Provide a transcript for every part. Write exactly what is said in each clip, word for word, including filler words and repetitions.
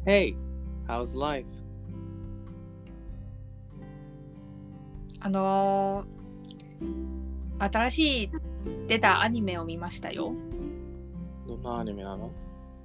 Hey, how's life? あのー、新しい出たアニメを見ましたよ。 どんなアニメなの？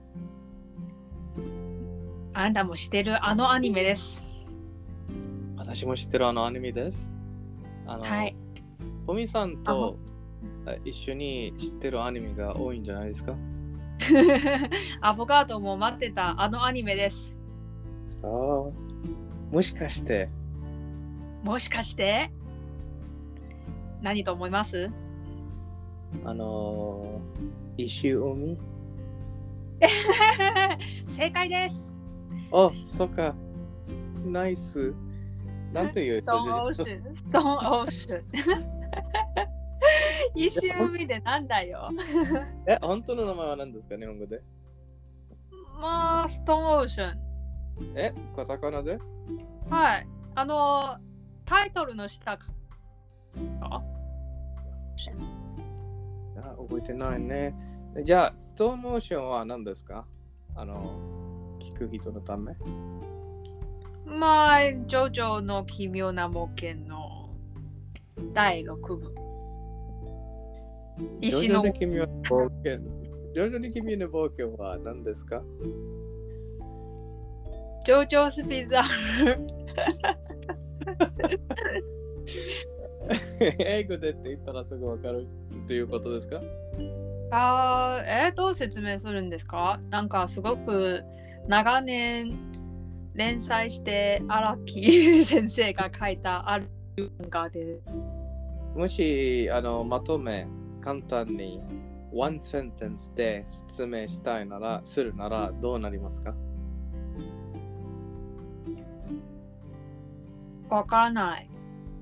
あなたも知ってるあのアニメです。 私も知ってるあのアニメです。あの、 はい。 ポミさんと一緒に知ってるアニメが多いんじゃないですか？ アボカドも待ってたあのアニメです。 ああ、もしかして。 もしかして何と思います？ あのー、石海？ 正解です。 あ、そっか。ナイス。なんというストーンオーシュン。ストーンオーシュン。石海でなんだよ。 え、本当の名前は何ですか、日本語で？ まあ、ストーンオーシュン。 え、カタカナで？ はい。あの、タイトルの下か。 あ、覚えてないね。じゃあ、ストーンオーションは何ですか？あの、聞く人のため。 まあ、ジョジョの奇妙な冒険のだいろくぶ。 石のジョジョの奇妙な冒険。ジョジョの奇妙な冒険は何ですか？ ジョジョスピザール。 英語でって言ったらすぐわかるということですか？ あえー、どう説明するんですか？なんかすごく長年連載して荒木先生が書いたある漫画で。 もしあのまとめ簡単にワンセンテンスで説明したいならするならどうなりますか？ わからない。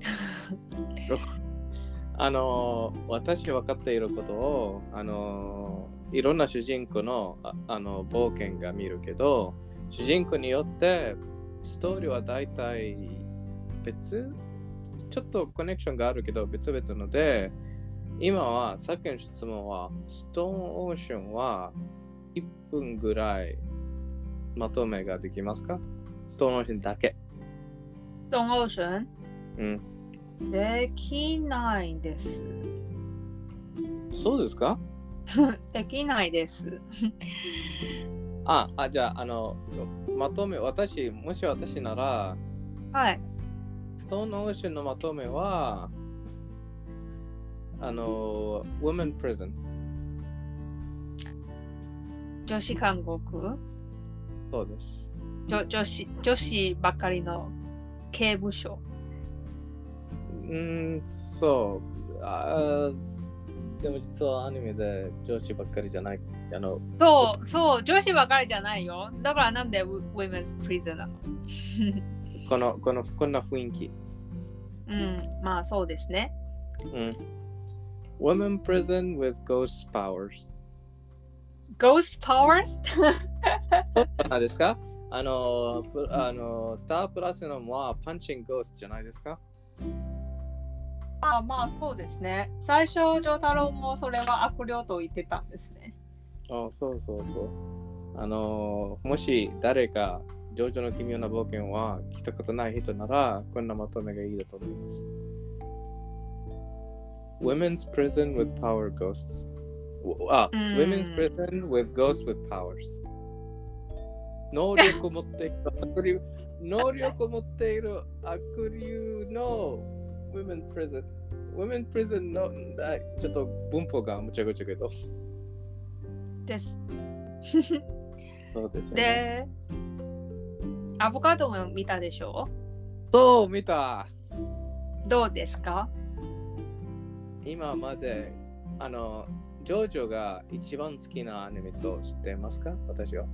あの私分かっていることをあのいろんな主人公の あ, あの冒険が見るけど、主人公によってストーリーは大体別、ちょっとコネクションがあるけど別々ので、今はさっきの質問はストーンオーシャンはいっぷんぐらいまとめができますか？ストーンオーシャンだけ。 ストーンオーシャン？ うん。 できないです。 そうですか？ できないです。 ああ、じゃあ、あの、まとめ、私、もし私なら、 はい。 ストーンオーシャンのまとめは、あの、Women Prison。 女子監獄？ そうです。 女, 女子女子ばかりの刑務所。 うーん、そう。あでも実はアニメで女子ばっかりじゃない。あのそうそう、女子ばかりじゃないよ。だからなんで Women's Prison なの？ この、この、こんな雰囲気。 うん、まあそうですね。 うん。Women Prison with Ghost Powers。 Ghost Powers？ そうなんですか？あの、あの、スタープラスのはパンチングゴーストじゃないですか？ あまあそうですね。最初、丈太郎もそれは悪霊と言ってたんですね。 あそうそうそう。あの、もし誰か、ジョジョの奇妙な冒険は聞いたことない人なら、こんなまとめがいいだと思います。Women's Prison with Power Ghosts。あ、Women's Prison with Ghosts with Powers。能力を持っている悪霊、能力を持っている悪霊のWomen Prison。Women Prison のちょっと文法がむちゃくちゃけど。 です。 そうですね。 で、アボカドも見たでしょ？ そう、見た。 どうですか？ 今まで、あの、ジョジョが一番好きなアニメと知ってますか？私は。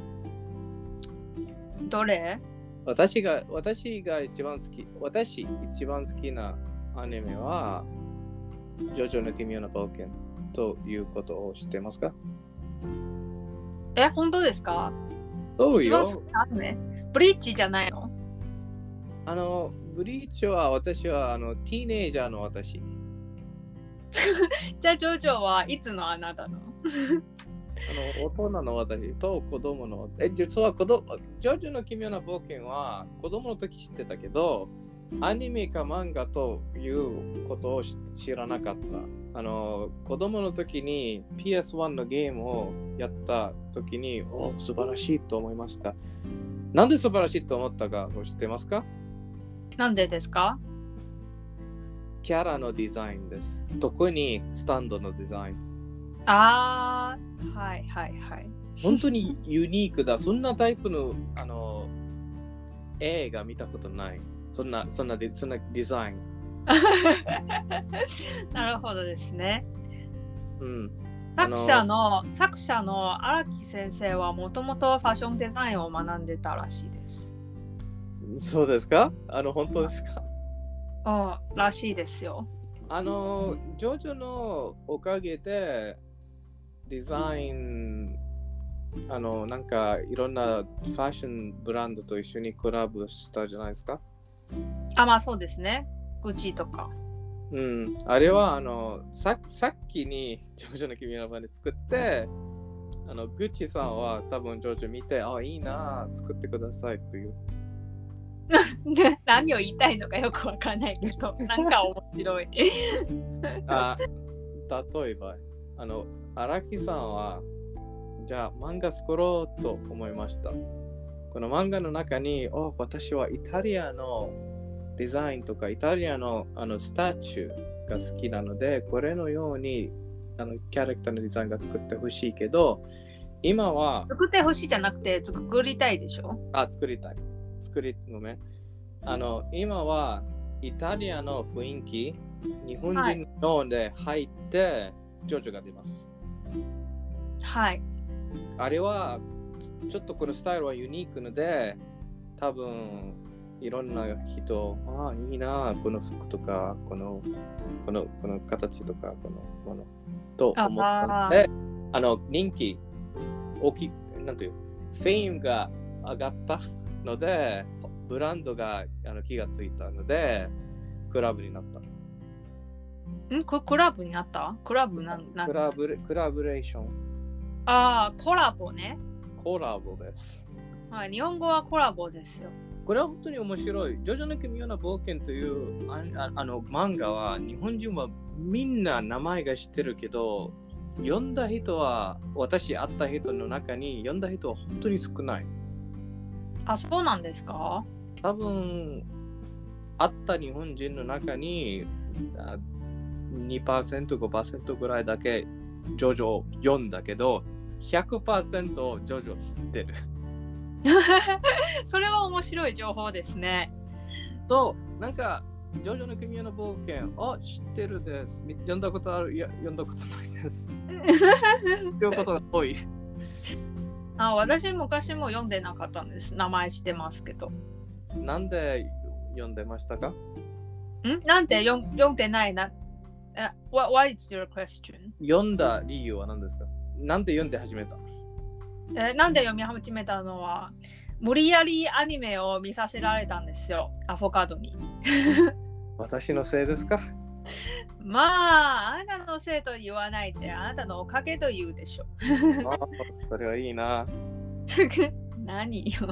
どれ？ 私が、私が一番好き、私一番好きなアニメは、ジョジョの奇妙な冒険ということを知ってますか？ え、本当ですか？ そうよ。 一番好きなアニメ？ブリーチじゃないの？ あの、ブリーチは私はあのティーネージャーの私。 じゃあジョジョはいつのあなたの？ あの大人の私と子供の、え、実は子供、ジョージョの奇妙な冒険は子供の時知ってたけど、アニメか漫画ということを知らなかった。あの、子供の時に ピーエスワン のゲームをやった時に、お、素晴らしいと思いました。なんで素晴らしいと思ったか知ってますか？ なんでですか？ キャラのデザインです。特にスタンドのデザイン。 あー、はいはいはい。 本当にユニークだ。そんなタイプの、あの映画見たことない。そんな、そんなデ、そんなデザイン。 なるほどですね。 うん。 作者の、作者の荒木先生はもともとファッションデザインを学んでたらしいです。 そうですか？あの、本当ですか？ うん、らしいですよ。 あの、ジョジョのおかげで、デザイン、あの、なんかいろんなファッションブランドと一緒にコラボしたじゃないですか？ あ、まあそうですね。グッチとか。 うん。あれは、あの、ささっきにジョジョの奇妙な場で作って、あの、グッチさんは多分ジョジョ見て、あ、いいな、作ってくださいという。 何を言いたいのかよくわからないけど、なんか面白い。 あ、例えば、あの、荒木さんは、じゃあ漫画作ろうと思いました。この漫画の中に、お、私はイタリアのデザインとか、イタリアの、あのスタチューが好きなので、これのようにあのキャラクターのデザインが作ってほしいけど、今は。 作ってほしいじゃなくて、作りたいでしょ？ あ、作りたい。作り、ごめん。あの、今はイタリアの雰囲気、日本人ので入って、ジョジョが出ます。 はい。 あれは、ちょっとこのスタイルはユニークので、多分いろんな人、ああ、いいな、この服とか、この、この、この形とか、このもの、と思ったので、あの、人気、大きい、なんていう、フェイムが上がったので、ブランドがあの気がついたので、クラブになった。 んククラブになったクラブなんなんクラブレ、クラブレーション。 ああ、コラボね。 コラボです。 はい、日本語はコラボですよ。 これは本当に面白い。ジョジョの奇妙な冒険というあああの漫画は日本人はみんな名前が知ってるけど、読んだ人は、私会った人の中に読んだ人は本当に少ない。 あ、そうなんですか？ 多分、会った日本人の中ににパーセント、ごパーセントぐらいだけジョジョを読んだけど、ひゃくパーセントジョジョ知ってる。 それは面白い情報ですね。 と、なんか、ジョジョの奇妙な冒険、あ、知ってるです。読んだことある？いや、読んだことないです。ということが多い。 あ、私昔も読んでなかったんです。名前してますけど。 なんで読んでましたか？んなんで読読んでないな。Uh, what, what is your question? 読んだ理由は何ですか？なんで読んで始めた？ えなんで読み始めたのは、無理やりアニメを見させられたんですよ、アフォカドに。 私のせいですか？ まあ、あなたのせいと言わないで、あなたのおかげと言うでしょ。 あ、それはいいな。 何よ。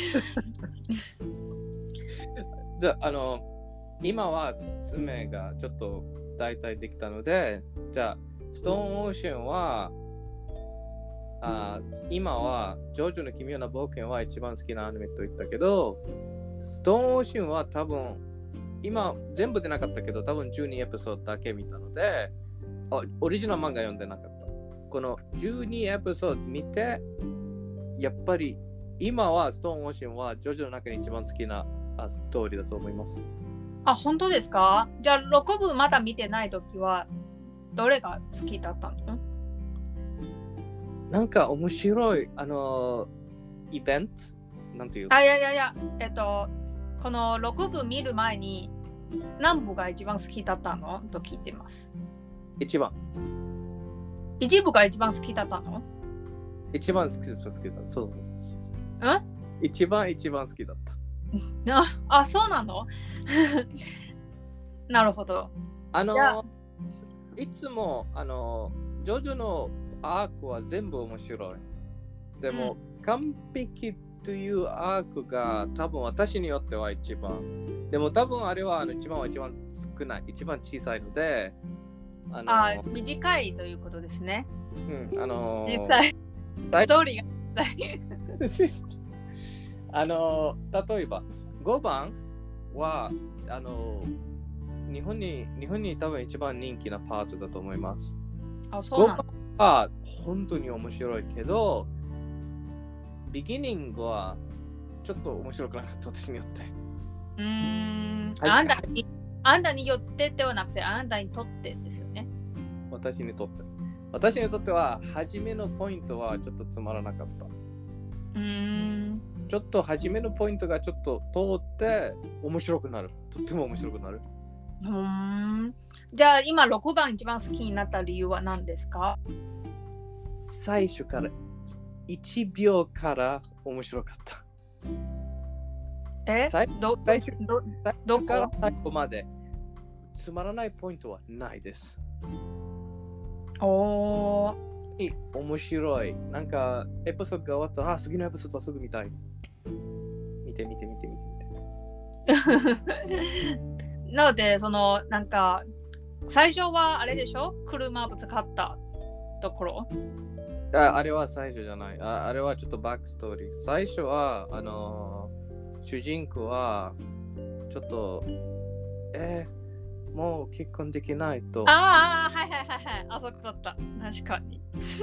じゃあ、あの、今は説明がちょっと大体できたので、じゃあ、ストーンオーシャンは、あ今は、ジョジョの奇妙な冒険は一番好きなアニメと言ったけど、ストーンオーシャンは多分、今全部でなかったけど、多分じゅうにエピソードだけ見たので、オリジナル漫画読んでなかった。このじゅうにエピソード見て、やっぱり今はストーンオーシャンはジョジョの中に一番好きなストーリーだと思います。 あ、本当ですか？じゃあろくぶまだ見てないときはどれが好きだったの？ なんか面白いあのイベントなんていう？ あ、いやいやいや、えっとこのろくぶ見る前に何部が一番好きだったのと聞いてます。 一番。 一部が一番好きだったの？ 一番好きだった。好きだった。そう。 ん？ 一番一番好きだった。 あ, あ、そうなの？なるほど。 あのいつもあのジョジョのアークは全部面白い。でも、うん、完璧というアークが多分私によっては一番。でも多分あれはあの一番は一番少ない、一番小さいので、 あのあ短いということですね。 うん、あのー、 実際、ストーリーがあのー、例えばごばんはあのー、日本に日本に多分一番人気なパートだと思います。 あ、そうなの？ ごばんは本当に面白いけど、ビギニングはちょっと面白くなかった私によって。 うーん、あんたに、あんたによってではなくて、あんたにとってですよね。 私にとって。私にとっては、初めのポイントはちょっとつまらなかった。 うーん。 ちょっと初めのポイントがちょっと通って面白くなる。とっても面白くなる。 うーん。じゃあ今ろくばん一番好きになった理由は何ですか？ 最初からいちびょうから面白かった。 え最ど最初どどこから最後までつまらないポイントはないです。 おー。面白い。なんかエピソードが終わったら、あ、次のエピソードはすぐ見たい。見て見て見て見て見て。なので、そのなんか最初はあれでしょ？車ぶつかったところ。 あ, あれは最初じゃないあ。あれはちょっとバックストーリー。最初は、あのー、主人公はちょっと、えー、もう結婚できないと。 ああ、はいはいはいはい。あそこだった。確かに。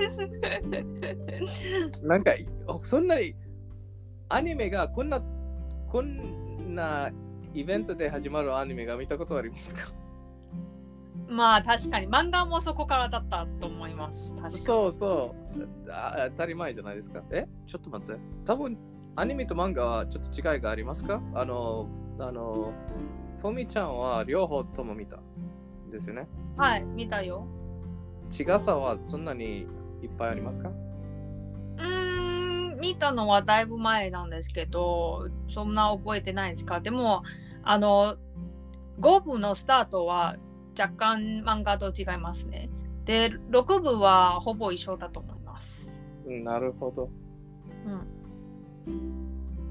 なんか、そんなにアニメがこんな、こんなイベントで始まるアニメが見たことありますか？ まあ確かに漫画もそこからだったと思います。確かにそうそうあ。当たり前じゃないですか。えちょっと待って。多分アニメと漫画はちょっと違いがありますか？あの、あの、フォミちゃんは両方とも見たですよね。 はい、見たよ。 違さはそんなにいっぱいありますか？ うーん、見たのはだいぶ前なんですけど、そんな覚えてないですか？でも、あの、ごぶのスタートは若干漫画と違いますね。で、ろくぶはほぼ一緒だと思います。 なるほど。 うん。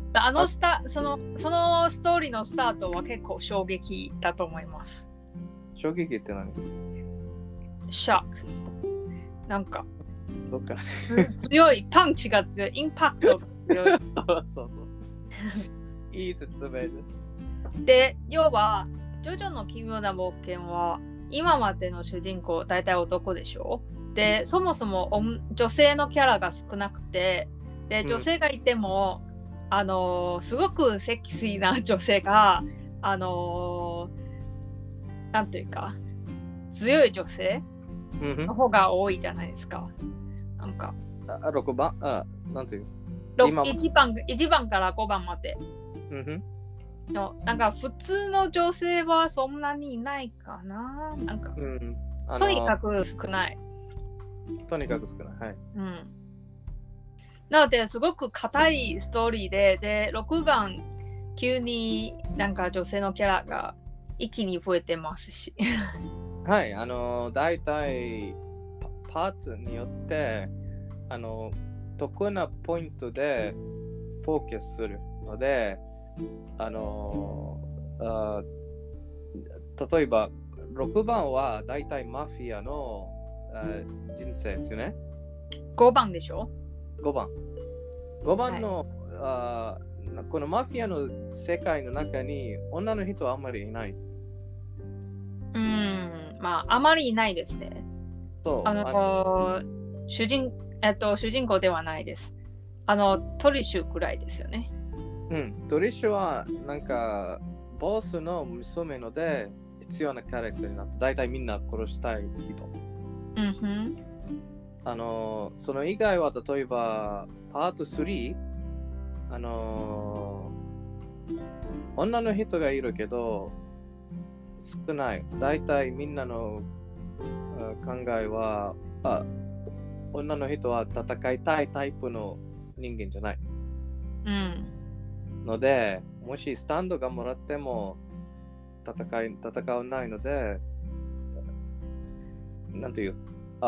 あのスタそのそのストーリーのスタートは結構衝撃だと思います。 衝撃って何？ ショック。なんかどっか強い、パンチが強い、インパクトが強い。 そうそう。いい説明です。 で、要は、ジョジョの奇妙な冒険は、今までの主人公、大体男でしょ？で、そもそも女性のキャラが少なくて、で、女性がいても、うん、あのー、すごくセクシーな女性が、あのー、なんというか、強い女性の方が多いじゃないですか。なんか。 あ、ろくばんあ、なんていういちばん、いちばんからごばんまで。 うんのなんか普通の女性はそんなにいないかな。なんか、うん、とにかく少ない。 とにかく少ない。はい。 うん。なのですごく硬いストーリーで、で、ろくばん急になんか女性のキャラが一気に増えてますし。 はい、あのだいたいパーツによってあの得意なポイントでフォーカスするので、あのあ例えばろくばんはだいたいマフィアの人生ですよね。 ごばんでしょ？ ご 番。ごばんの、はい、あこのマフィアの世界の中に女の人はあんまりいない。 うん、まああまりいないですね。そう。あのあ主人えっと主人公ではないです。あのトリッシュくらいですよね。 うん、トリッシュはなんかボスの娘ので必要なキャラクターになって、だいたいみんな殺したい人。 うんふん。 あのその以外は例えばパートスリー、あの女の人がいるけど少ない。だいたいみんなの考えはあ女の人は戦いたいタイプの人間じゃない。 うん。 ので、もしスタンドがもらっても戦い戦わないので、なんていうあ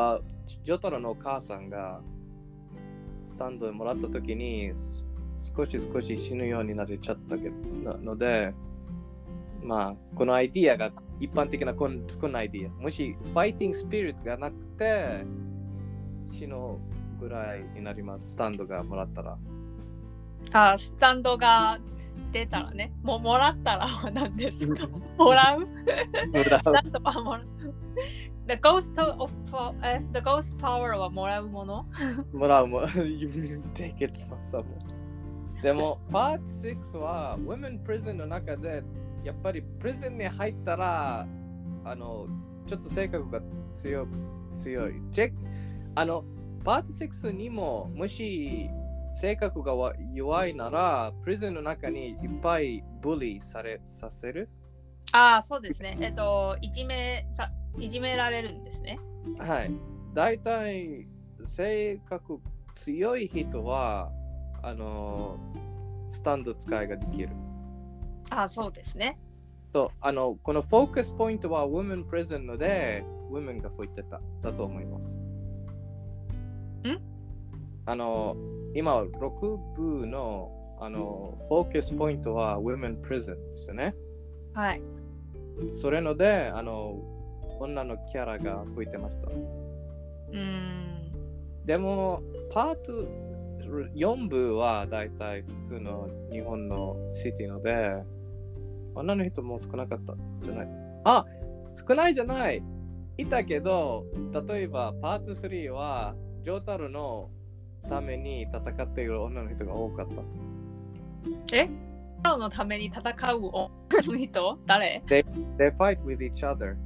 ジョタロのお母さんがスタンドでもらった時に少し少し死ぬようになれちゃったけどので、まあこのアイディアが一般的なこのこのアイディア、もしファイティングスピリットがなくて死ぬぐらいになります。スタンドがもらったら。 あ、スタンドが出たらね、もうもらったら何ですか？もらう？スタンドはもらう。The ghost of uh, the ghost power はもらうもの？ もらうもの。You take it from someone. でも、パートシックスは Women Prison の中でやっぱりプリズンに入ったらあのちょっと性格が強強い。チェックあのパートシックスにももし性格が弱いならプリズンの中にいっぱいブリされさせる。 ああ、そうですね。えっといじめさいじめられるんですね。 はい。だいたい性格強い人はあのスタンド使いができる。 ああ、そうですね。 とあのこのフォーカスポイントは Women Prison ので Women が吹いてただと思います。 んあの今ろく部のあのフォーカスポイントは Women Prison ですよね。 はい。 それのであの女のキャラが吹いてました。 うーん。 でもパートよん部はだいたい普通の日本のシティので女の人も少なかったじゃない。あ、少ないじゃない。いたけど、例えばパートスリーはジョータロのために戦っている女の人が多かった。 え？ジョータロのために戦う女の人？誰？ They, they fight with each other.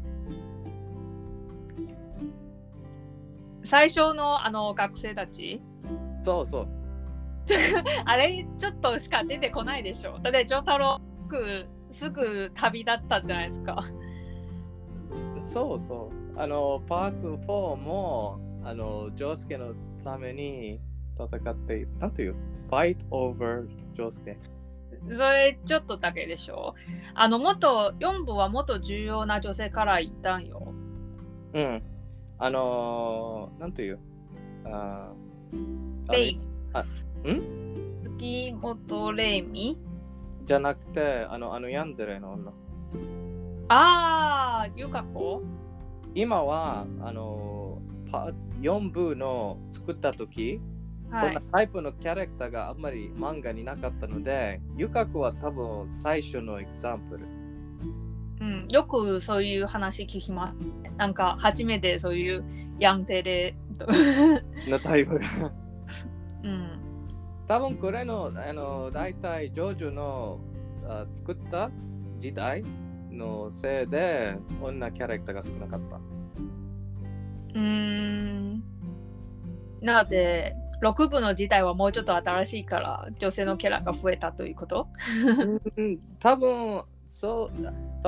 最初のあの学生たち？ そうそう。 あれちょっとしか出てこないでしょ。だってジョータロすぐ旅立ったんじゃないですか。 そうそう。あのパートフォーもあのジョースケのために戦っている。なんていう ?Fight over ジョースケ。 それちょっとだけでしょ。あの元よん部はもっと重要な女性から言ったんよ。 うん。あのー、なんていうあレイ。 あ、ん月本レイミじゃなくて、あの、あのヤンデレの女。 ああ、ユカコ今は、あのー、パよん部の作った時、 はい、 こんなタイプのキャラクターがあんまり漫画になかったので、ユカコは多分最初のエグザンプル。 うん、よくそういう話聞きます。なんか初めてそういうヤンデレのタイプが。 うん。 多分これの、あの、大体ジョジョのあ作った時代のせいで、女キャラクターが少なかった。 うーん。なので、ろく部の時代はもうちょっと新しいから女性のキャラが増えたということうん、多分そう。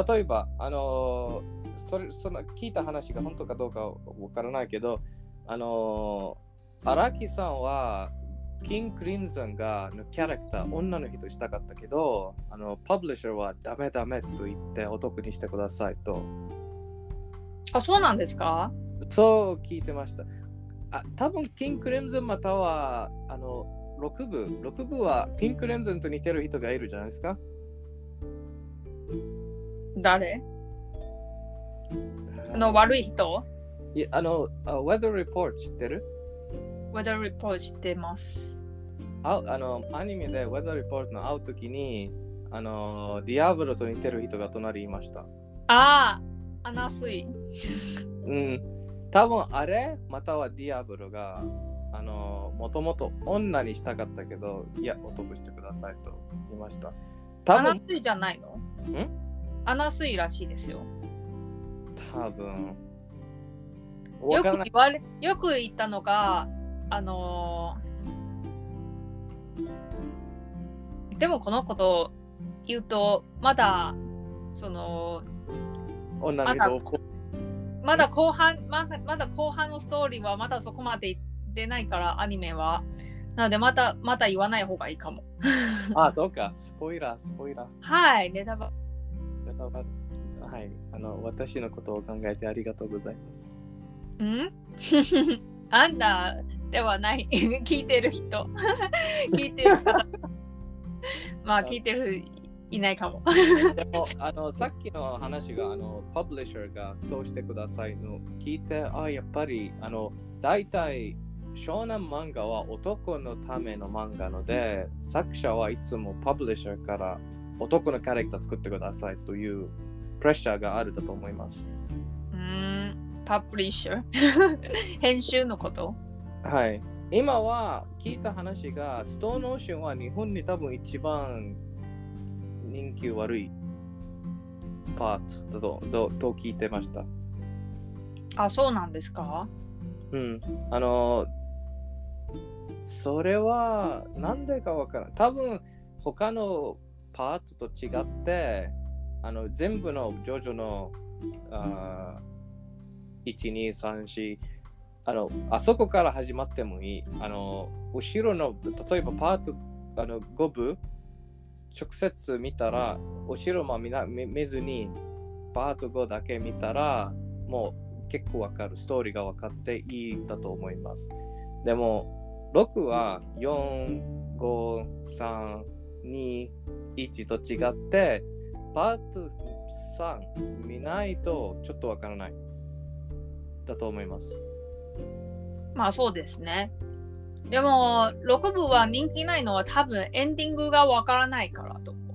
例えば、あのそれその聞いた話が本当かどうかわからないけど、あの荒木さんはキング・クリムゾンがのキャラクター女の人したかったけど、あのパブリッシャーはダメダメと言って男にしてくださいと。 あ、そうなんですか？ そう聞いてました。あ、多分キング・クリムゾンまたはあのろく部、ろく部はキング・クリムゾンと似てる人がいるじゃないですか。 誰？あの悪い人？ いや、あの、Weather Report 知ってる？ Weather Report 知ってます。 あ, あのアニメで Weather Report の会うときに、あの、ディアブロと似てる人が隣にいました。 ああ、アナスイ。 うん。多分あれまたはディアブロが、あの、もともと女にしたかったけど、いや、男してくださいと言いました。多分アナスイじゃないの？ んアナスイらしいですよ。 多分。 よく言われ、よく言ったのが、あのー、でもこのことを言うと、まだ、その、 女の人をまだ後半、まだ、まだ後半のストーリーはまだそこまで出ないから、アニメは。なので、また、また言わない方がいいかも。 あ、そうか。スポイラー、スポイラー。 はい、ネタバレ。 ネタバレ。はい。あの、私のことを考えてありがとうございます。 んあんたではない。聞いてる人。聞いてる人。まあ聞いてるいないかも。 でもあのさっきの話があのパブリッシャーがそうしてくださいの聞いて、あやっぱりあの大体少年漫画は男のための漫画ので、作者はいつもパブリッシャーから男のキャラクター作ってくださいというプレッシャーがあるだと思います。 うーん、パブリッシャー編集のこと？ はい。今は聞いた話がストーンオーシャンは日本に多分一番人気悪いパートだ と, と, と聞いてました。 あ、そうなんですか？ うん。あの、それはなんでかわからない。多分他のパートと違って、あの全部のジョジョのあいち、に、さん、よん、あの、あそこから始まってもいい。あの、後ろの、例えばパートあのご部、直接見たら、後ろも 見, な見ずに、パートごだけ見たら、もう結構わかる。ストーリーがわかっていいだと思います。でも、ろくはよん、ご、さん、に、いちと違って、パートさん見ないとちょっとわからない。だと思います。 まあそうですね。でもろく部は人気ないのは多分エンディングがわからないからと思う。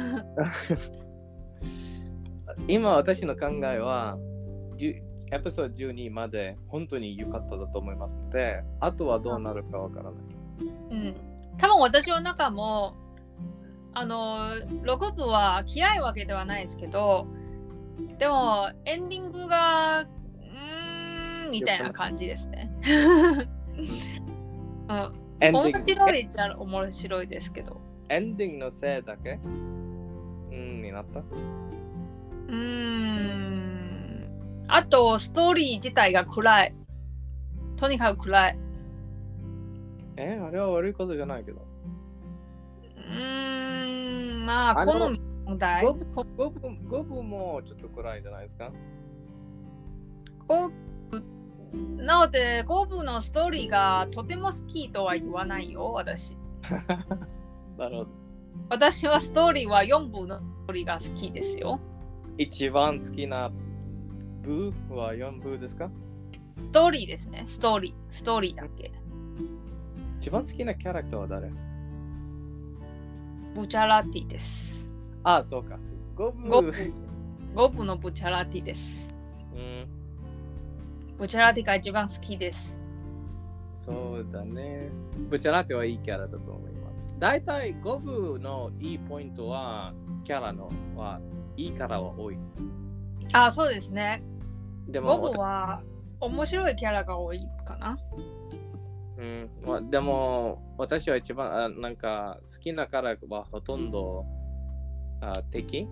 今私の考えはエピソードじゅうにまで本当に良かっただと思いますので、あとはどうなるかわからない。 うん。多分私の中もあのろく部は嫌いわけではないですけど、でもエンディングがみたいな感じですね。うん、面白いっちゃ面白いですけど。 エンディングのせいだけうんになった？ うーん。あと、ストーリー自体が暗い。とにかく暗い。 え、あれは悪いことじゃないけど。 うーん、まあ、好み問題。 ご部もちょっと暗いじゃないですか。 ご部なので、ご部のストーリーがとても好きとは言わないよ、私。 なるほど。 私はストーリーはよん部のストーリーが好きですよ。 一番好きな部はよん部ですか？ ストーリーですね、ストーリー。ストーリーだけ。 一番好きなキャラクターは誰？ ブチャラティです。 ああ、そうか。ご部。 ご部、ご部のブチャラティです。 うん。 ブチャラティが一番好きです。 そうだね。ブチャラティはいいキャラだと思います。だいたいご部のいいポイントは、キャラのはいいキャラは多い。 あ、そうですね。 でもご部は面白いキャラが多いかな。 うん、でも私は一番あなんか好きなキャラはほとんどあ敵。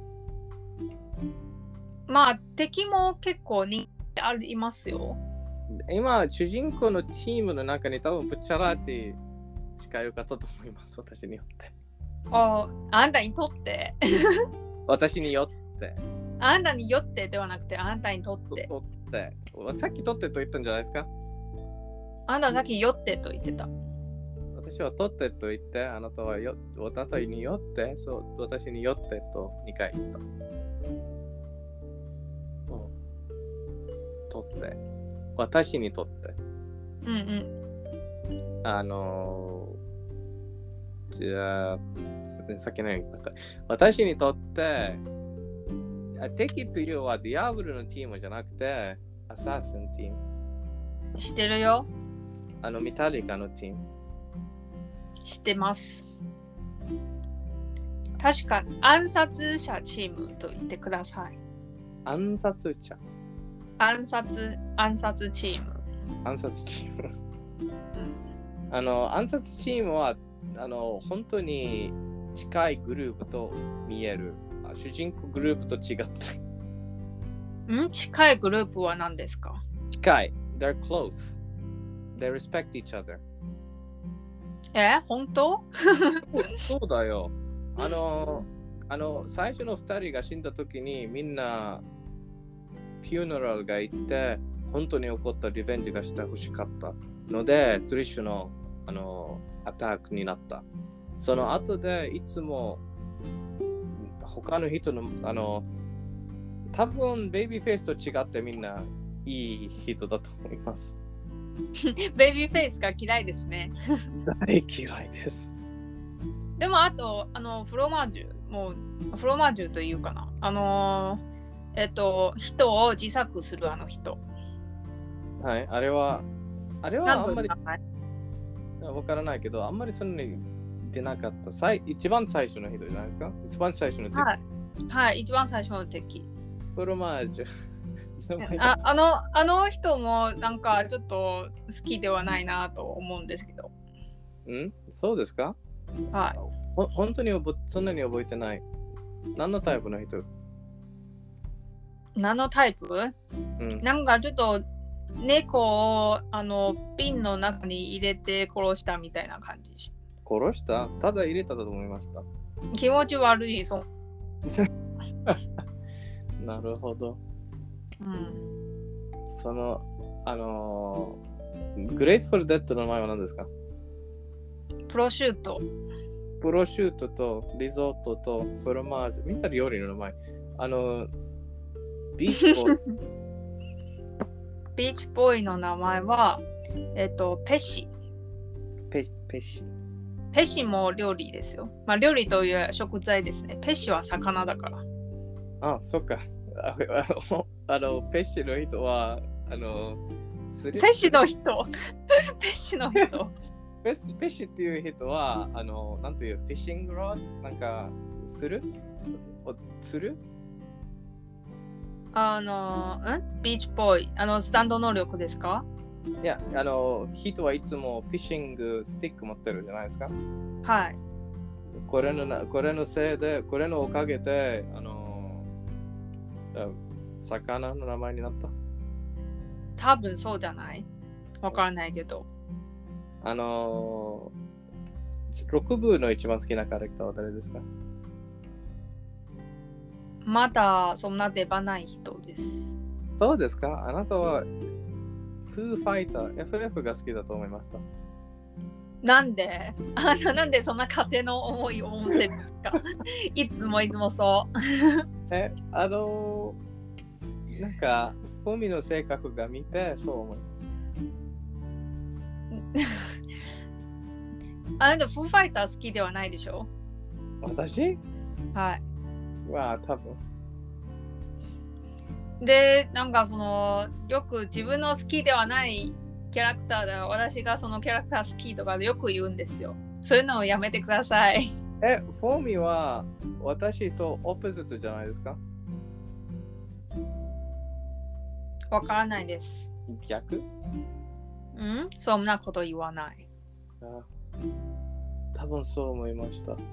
まあ敵も結構人気ありますよ。 今主人公のチームの中に多分ブチャラティしか良かったと思います、私によって。 あ、あんたにとって私によってあんたによってではなくてあんたにとってとってさっきとってと言ったんじゃないですか。 あんたさっきよってと言ってた。 私はとってと言って、あなたはよ、あなたによって、そう、私によってとにかい言った。うん。とって。私にとって。 うんうん。 あのー、じゃあ、さっきのように言いました。私にとって、敵というのはディアブルのチームじゃなくて、アサシンチーム。 知ってるよ。 あの、ミタリカのチーム。 知ってます。確か暗殺者チームと言ってください。 暗殺者暗殺、暗殺チーム。 暗殺チーム。 うん、 あの、暗殺チームは、あの、本当に近いグループと見える。主人公グループと違って。 ん近いグループは何ですか？ 近い。They're close. They respect each other. え、本当？ そうだよ。あの、あの、最初のふたりが死んだ時にみんなフューナラルが行って本当に起こったリベンジがしてほしかったので、トリッシュの、あのアタックになった。その後でいつも他の人の、あの、多分ベイビーフェイスと違ってみんないい人だと思います。 ベイビーフェイスが嫌いですね。 大嫌いです。 でもあと、あの、フロマージュ、もう、フロマージュというかな。あのー、えっと、人を自作するあの人。 はい、あれは、あれはあんまりわわからないけど、あんまりそんなに出なかった。最一番最初の人じゃないですか？一番最初の敵。 はい、はい、一番最初の敵。 フロマージュ。 あ, あ, のあの人もなんかちょっと好きではないなと思うんですけど。 んそうですか？ はい。 ほ本当にそんなに覚えてない。何のタイプの人？ 何のタイプ？うん、なんかちょっと猫をあの瓶の中に入れて殺したみたいな感じ。 殺した？ただ入れたと思いました。 気持ち悪い。そうなるほど。 うん、 その、あのー、グレイトフルデッドの名前は何ですか？ プロシュート。 プロシュートとリゾットとフロマージュ。みんな料理の名前。あの、ビーチボーイ。 ビーチボーイの名前は、えっと、ペシ。 ペペシ。 ペシも料理ですよ。まあ、料理という食材ですね。ペシは魚だから。 あ、そっか。あ, あの、ペシの人は、あの、 ペシの人ペシの人ペシペシっていう人は、あの、なんていう、フィッシングロードなんか、するするあの、んビーチボーイ。あの、スタンド能力ですか？ いや、あの、人はいつもフィッシングスティック持ってるじゃないですか。 はい。 これの、これのせいで、これのおかげで、あの、魚の名前になった。 多分そうじゃない？わからないけど。 あのー、ろく部の一番好きなキャラクターは誰ですか？ まだそんな出ばない人です。 そうですか？あなたはフーファイター、エフエフ が好きだと思いました。 なんであなんでそんな勝手の思いを持ってるんですか？いつもいつもそう。 え、あのー、なんか、フォミの性格が見てそう思います。 あなたフーファイター好きではないでしょ？ 私？ はい。 まあ、多分。 で、なんかその、よく自分の好きではないキャラクターで私がそのキャラクター好きとかでよく言うんですよ。そういうのをやめてください。 え、フォーミは私とオポジットじゃないですか？ わからないです。 逆？ うんそんなこと言わない。 あ、多分そう思いました。うん。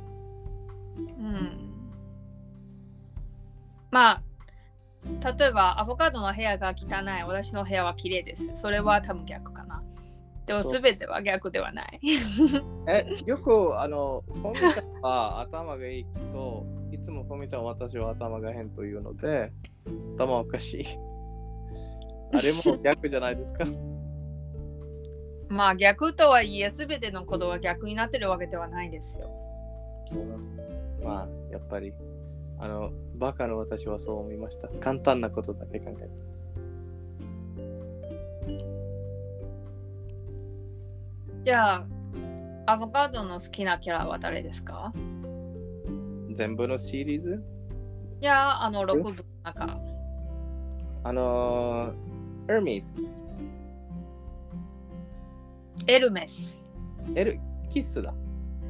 まあ、例えばアボカドの部屋が汚い、私の部屋は綺麗です。それは多分逆かな。でも全ては逆ではない。 え、よくあの、フォミちゃんは頭がいいと、いつもフォミちゃんは私は頭が変というので、頭おかしい。あれも逆じゃないですか？ まあ逆とはいえ、全てのことが逆になってるわけではないですよ。 うん、まあ、やっぱり、あの、バカの私はそう思いました。簡単なことだけ考えて。 じゃあ、アボカドの好きなキャラは誰ですか？ 全部のシリーズ？ いや、あのろく部の中。 あのー、エルミス。 エルメス。 エル、キスだ。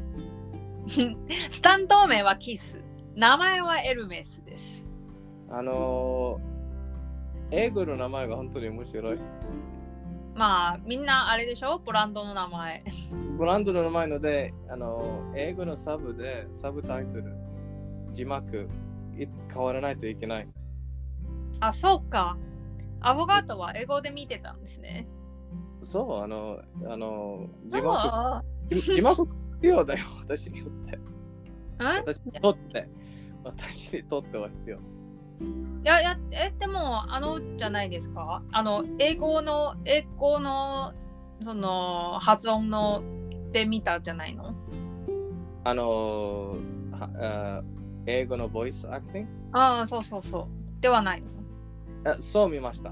スタンド名はキス。名前はエルメスです。 あのー、英語の名前が本当に面白い。 まあ、みんなあれでしょ？ブランドの名前。 ブランドの名前ので、あのー、英語のサブで、サブタイトル、字幕、変わらないといけない。 あ、そうか。アボカドは英語で見てたんですね。 そう、あの、あの、字幕、字幕必要だよ、私によって。私にとって、私にとっては必要。 いやいや、え、でも、あの、じゃないですか。あの、英語の、英語の、その、発音の、で見たじゃないの？ あのはあ英語のボイスアクティングああ、そうそうそう。ではないの？ あそう見ました。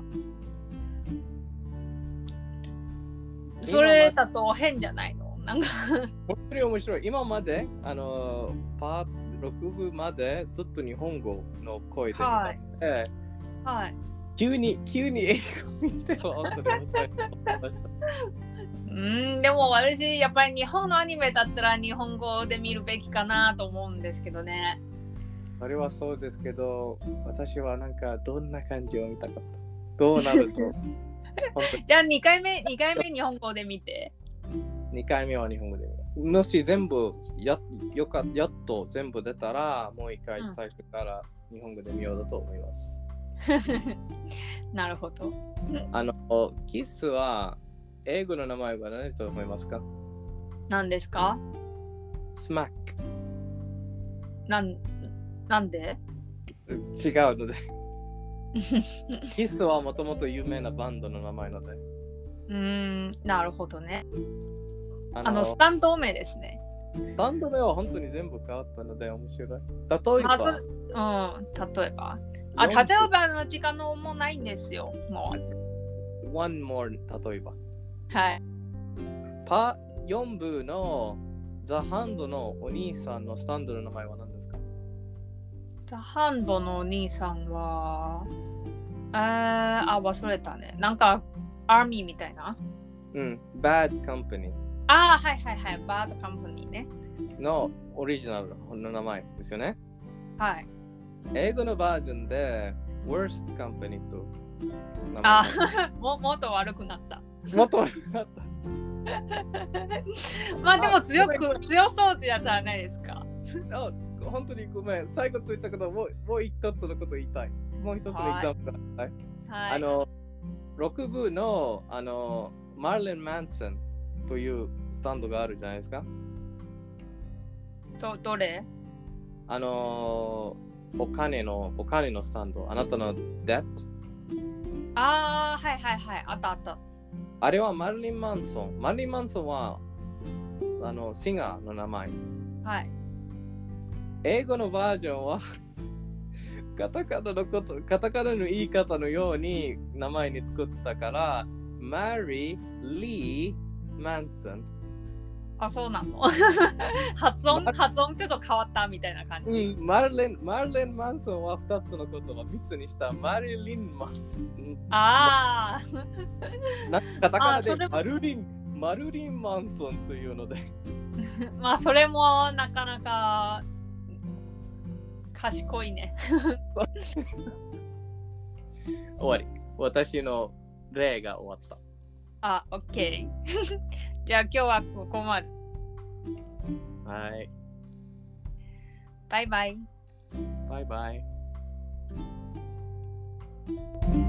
それだと変じゃないの？なんか本当に面白い。今まで、あのパートろく部までずっと日本語の声で見たので、 はい。 急に、急に英語見ては本当に面白いと思いました。 うーん、でも私、やっぱり日本のアニメだったら日本語で見るべきかなと思うんですけどね。 それはそうですけど、私はなんかどんな感じを見たかった。どうなると。 じゃあにかいめ、にかいめ日本語で見て。 にかいめは日本語で見る。もし全部やよかやっと全部出たら、もう一回最初から日本語で見ようだと思います。 なるほど。 あの、キスは英語の名前は何と思いますか？ 何ですか？ スマック。 なん、なんで？ 違うので。キスはもともと有名なバンドの名前ので。 うーん、なるほどね。 ああの、スタンド名ですね。 スタンド名は本当に全部変わったので面白い。例えば、 まあそうん、例えば。あ、例えばの時間のもうないんですよ。もう。 one more 例えば。 はい。 パよん部のザ・ハンドのお兄さんのスタンドの名前は何ですか？ ザ・ハンドのお兄さんは、えー、あ、忘れたね。なんか、アーミーみたいな。 うん、Bad Company ああ、はいはいはい。バードカンパニーね。 のオリジナルの名前ですよね。 はい。 英語のバージョンで Worst Company と名前あももっと悪くなった。 もっと悪くなった。 まあでも強く強そうってやつはないですか？ あ、本当にごめん。最後と言ったけど、もうもう一つのこと言いたい。もう一つのエグザンプルが、はい、 はい。 あの、ろく部のあのマーリン・マンソンというスタンドがあるじゃないですか。 どどれ？ あのお金のお金のスタンド、あなたのデット。 ああ、はいはいはい。あったあった。 あれはマリリン・マンソン。マリリン・マンソンはあのシンガーの名前。 はい。 英語のバージョンはカタカナのこと、カタカナの言い方のように名前に作ったから、マリー・リー・マンソン。 あ、そうなの発音、発音ちょっと変わったみたいな感じ。 うん、マリリン、マリリン・マンソンはふたつの言葉、みっつにしたマリリン・マンソン。 ああ。なカタカナであマルリン、マルリン・マンソンというので。 まあそれもなかなか賢いね。 終わり。私の例が終わった。 あ、オッケー。じゃあ今日はここまで。 はい。 バイバイ。 バイバイ。